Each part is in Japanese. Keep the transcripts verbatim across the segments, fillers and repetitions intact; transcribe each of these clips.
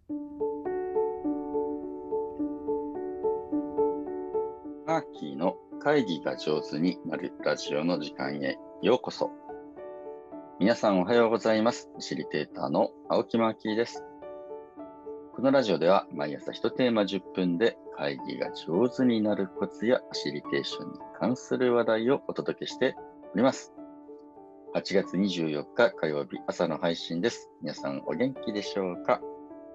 マーキーの会議が上手になるラジオの時間へようこそ。皆さんおはようございます。ファシリテーターの青木マーキーです。このラジオでは毎朝いちテーマじゅっぷんで会議が上手になるコツやファシリテーションに関する話題をお届けしております。はちがつにじゅうよっか火曜日朝の配信です。皆さんお元気でしょうか？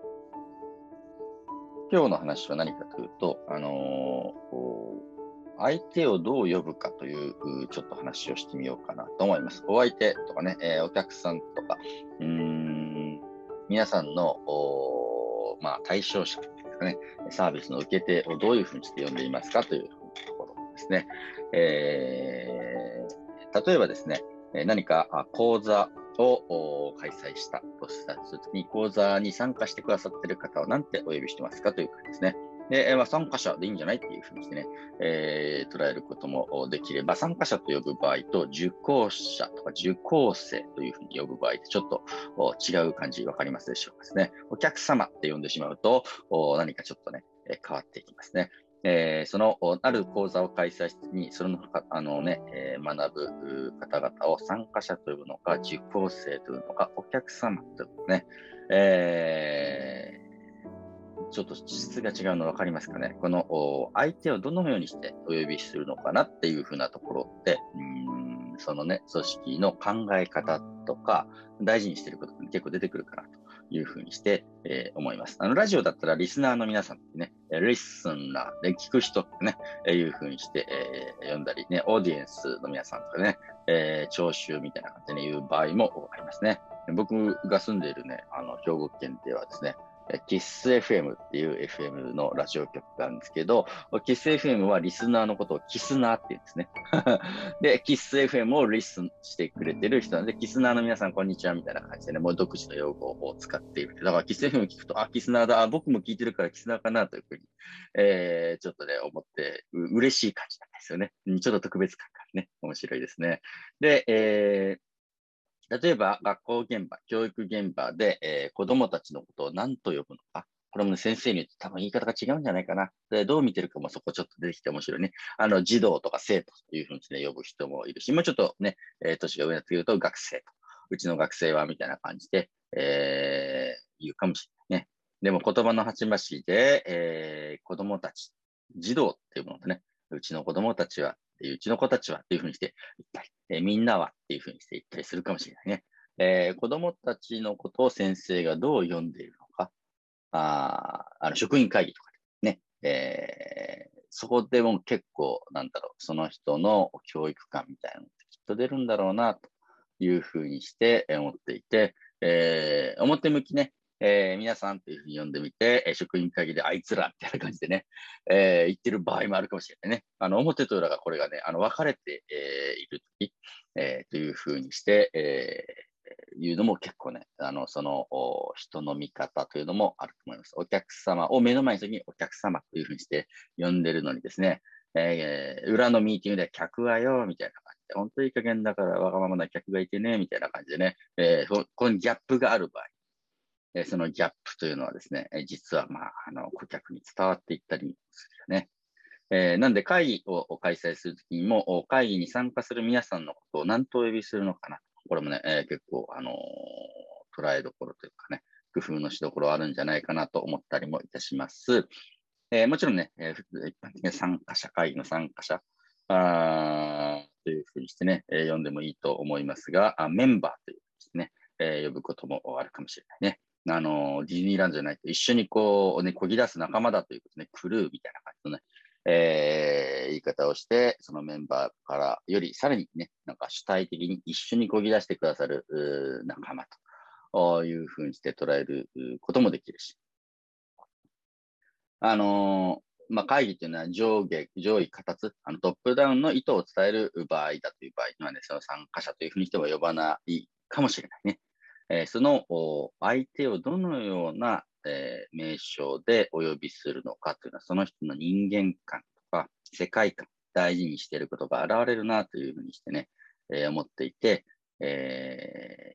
今日の話は何かというと、あのー相手をどう呼ぶかというちょっと話をしてみようかなと思います。お相手とかね、えー、お客さんとか、うーん皆さんの、まあ、対象者ですかね、サービスの受け手をどういうふうにして呼んでいますかというところですね。えー、例えばですね、何か講座を開催したとしたときに、講座に参加してくださっている方は何てお呼びしてますかという感じですね。で、まあ、参加者でいいんじゃないっていうふうにしてね、えー、捉えることもできれば、参加者と呼ぶ場合と受講者とか受講生というふうに呼ぶ場合ってちょっと違う感じわかりますでしょうかですね。お客様って呼んでしまうと何かちょっとね、変わっていきますね。えー、そのある講座を開催しに、そのあのね、えー、学ぶ方々を参加者と呼ぶのか、受講生というのか、お客様というね、えーちょっと質が違うの分かりますかね。この相手をどのようにしてお呼びするのかなっていうふうなところって、うーんそのね、組織の考え方とか大事にしていることが結構出てくるかなというふうにして、えー、思います。あのラジオだったらリスナーの皆さんってね、リスナーで聞く人ってね、えー、いうふうにして、えー、呼んだりね、オーディエンスの皆さんとかね、えー、聴衆みたいな感じで言う場合もありますね。僕が住んでいるね、あの兵庫県ではですね、キッス エフエム っていう エフエム のラジオ局があるんですけど、キッス エフエム はリスナーのことをキスナーって言うんですね。で、キッス エフエム をリスンしてくれてる人なんで、キスナーの皆さんこんにちはみたいな感じでね、もう独自の用語を使っている。だからキッス エフエム 聞くと、あ、キスナーだ、あ、僕も聞いてるからキスナーかなというふうに、えー、ちょっとね、思ってう、嬉しい感じなんですよね。ちょっと特別感がね、面白いですね。で、えー例えば、学校現場、教育現場で、えー、子供たちのことを何と呼ぶのか。これも、ね、先生によって多分言い方が違うんじゃないかな。で、どう見てるかもそこちょっと出てきて面白いね。あの、児童とか生徒というふうに、ね、呼ぶ人もいるし、もうちょっとね、えー、年が上になってくると学生と。うちの学生はみたいな感じで、えー、言うかもしれないね。でも言葉の端々で、えー、子供たち、児童っていうものとね、うちの子供たちは、うちの子たちはっていうふうにして言ったり、えー、みんなはっていうふうにして言ったりするかもしれないね。えー、子供たちのことを先生がどう読んでいるのか、ああの職員会議とかでね、えー、そこでも結構、なんだろう、その人の教育観みたいなのってきっと出るんだろうな、というふうにして思っていて、えー、表向きね、えー、皆さんというふうに呼んでみて、職員会議であいつらみたいな感じでね、えー、言ってる場合もあるかもしれないね。あの、表と裏がこれがね、あの、分かれて、えー、いるとき、えー、というふうにして、えー、いうのも結構ね、あの、その、人の見方というのもあると思います。お客様を目の前にお客様というふうにして呼んでるのにですね、えー、裏のミーティングで客はよ、みたいな感じで、本当にいい加減だからわがままな客がいてね、みたいな感じでね、えー、このギャップがある場合、えー、そのギャップというのはですね、実は、まあ、あの、顧客に伝わっていったりするよね。えー、なんで会議を開催するときにも、会議に参加する皆さんのことを何とお呼びするのかな。これもね、えー、結構、あのー、捉えどころというかね、工夫のしどころあるんじゃないかなと思ったりもいたします。えー、もちろんね、えー、一般的な参加者、会議の参加者、あというふうにしてね、えー、呼んでもいいと思いますが、あメンバーというですね、えー、呼ぶこともあるかもしれないね。あのー、ディズニーランドじゃないと一緒にこう、ね、こぎ出す仲間だということね、クルーみたいな感じのね、えー、言い方をして、そのメンバーからよりさらにね、なんか主体的に一緒にこぎ出してくださる仲間というふうにして捉えることもできるし、あのー、まあ、会議っていうのは上下、上位形、あのトップダウンの意図を伝える場合だという場合にはね、その参加者というふうにしては呼ばないかもしれないね。えー、その相手をどのような、えー、名称でお呼びするのかというのは、その人の人間観とか世界観、大事にしていることが現れるなというふうにしてね、えー、思っていて、え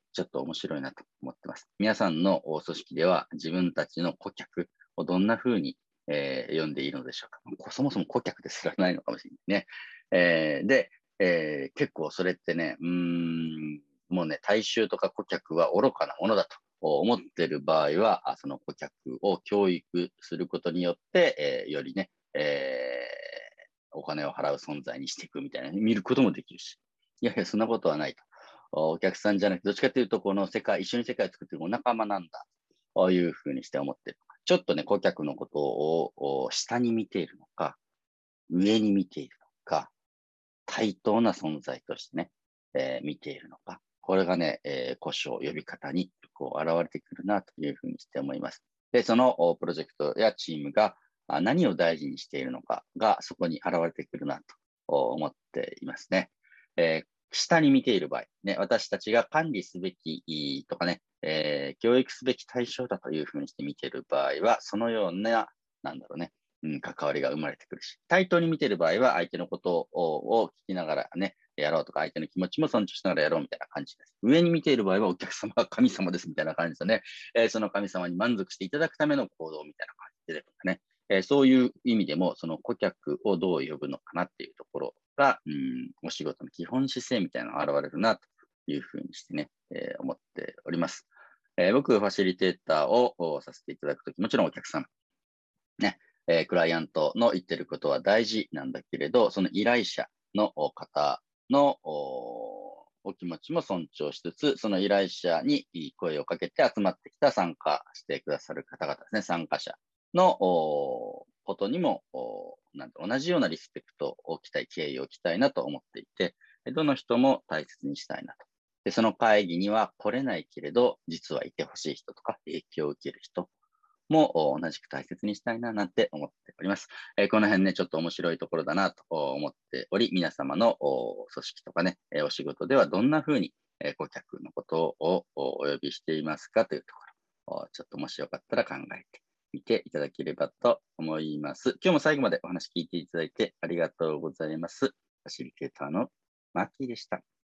ちょっと面白いなと思ってます。皆さんの組織では自分たちの顧客をどんな風に、えー、読んでいるのでしょうか。そもそも顧客ですらないのかもしれないね。えー、で、えー、結構それってね、うーん、もうね、大衆とか顧客は愚かなものだと思っている場合は、その顧客を教育することによって、えー、よりね、えー、お金を払う存在にしていくみたいな、ね、見ることもできるし。いやいや、そんなことはないと。お客さんじゃなくて、どっちかというと、この世界、一緒に世界を作っている仲間なんだ。というふうにして思っている。ちょっとね、顧客のことを下に見ているのか、上に見ているのか、対等な存在としてね、えー、見ているのか。これがね、えー、故障、呼び方にこう現れてくるなというふうにして思います。で、そのプロジェクトやチームが何を大事にしているのかがそこに現れてくるなと思っていますね。えー、下に見ている場合、ね、私たちが管理すべきとかね、えー、教育すべき対象だというふうにして見ている場合は、そのような、なんだろうね、うん、関わりが生まれてくるし、対等に見ている場合は、相手のことを聞きながらね、やろうとか、相手の気持ちも尊重しながらやろうみたいな感じです。上に見ている場合は、お客様は神様ですみたいな感じですよね。えー、その神様に満足していただくための行動みたいな感じで出てくるんだね。えー、そういう意味でも、その顧客をどう呼ぶのかなっていうところが、うん、お仕事の基本姿勢みたいなのが現れるなというふうにしてね、えー、思っております。えー、僕、ファシリテーターをさせていただくとき、もちろんお客様、ね、えー、クライアントの言ってることは大事なんだけれど、その依頼者の方のお気持ちも尊重しつつ、その依頼者に声をかけて集まってきた参加してくださる方々ですね、参加者のことにも、なんと同じようなリスペクトを置きたい、敬意を置きたいなと思っていて、どの人も大切にしたいなと。で、その会議には来れないけれど、実はいてほしい人とか、影響を受ける人も同じく大切にしたいななんて思っております。えー、この辺ね、ちょっと面白いところだなと思っており、皆様の組織とかね、お仕事ではどんな風に顧客のことをお呼びしていますかというところ、ちょっともしよかったら考えてみていただければと思います。今日も最後までお話聞いていただいてありがとうございます。ファシリテーターのマッキーでした。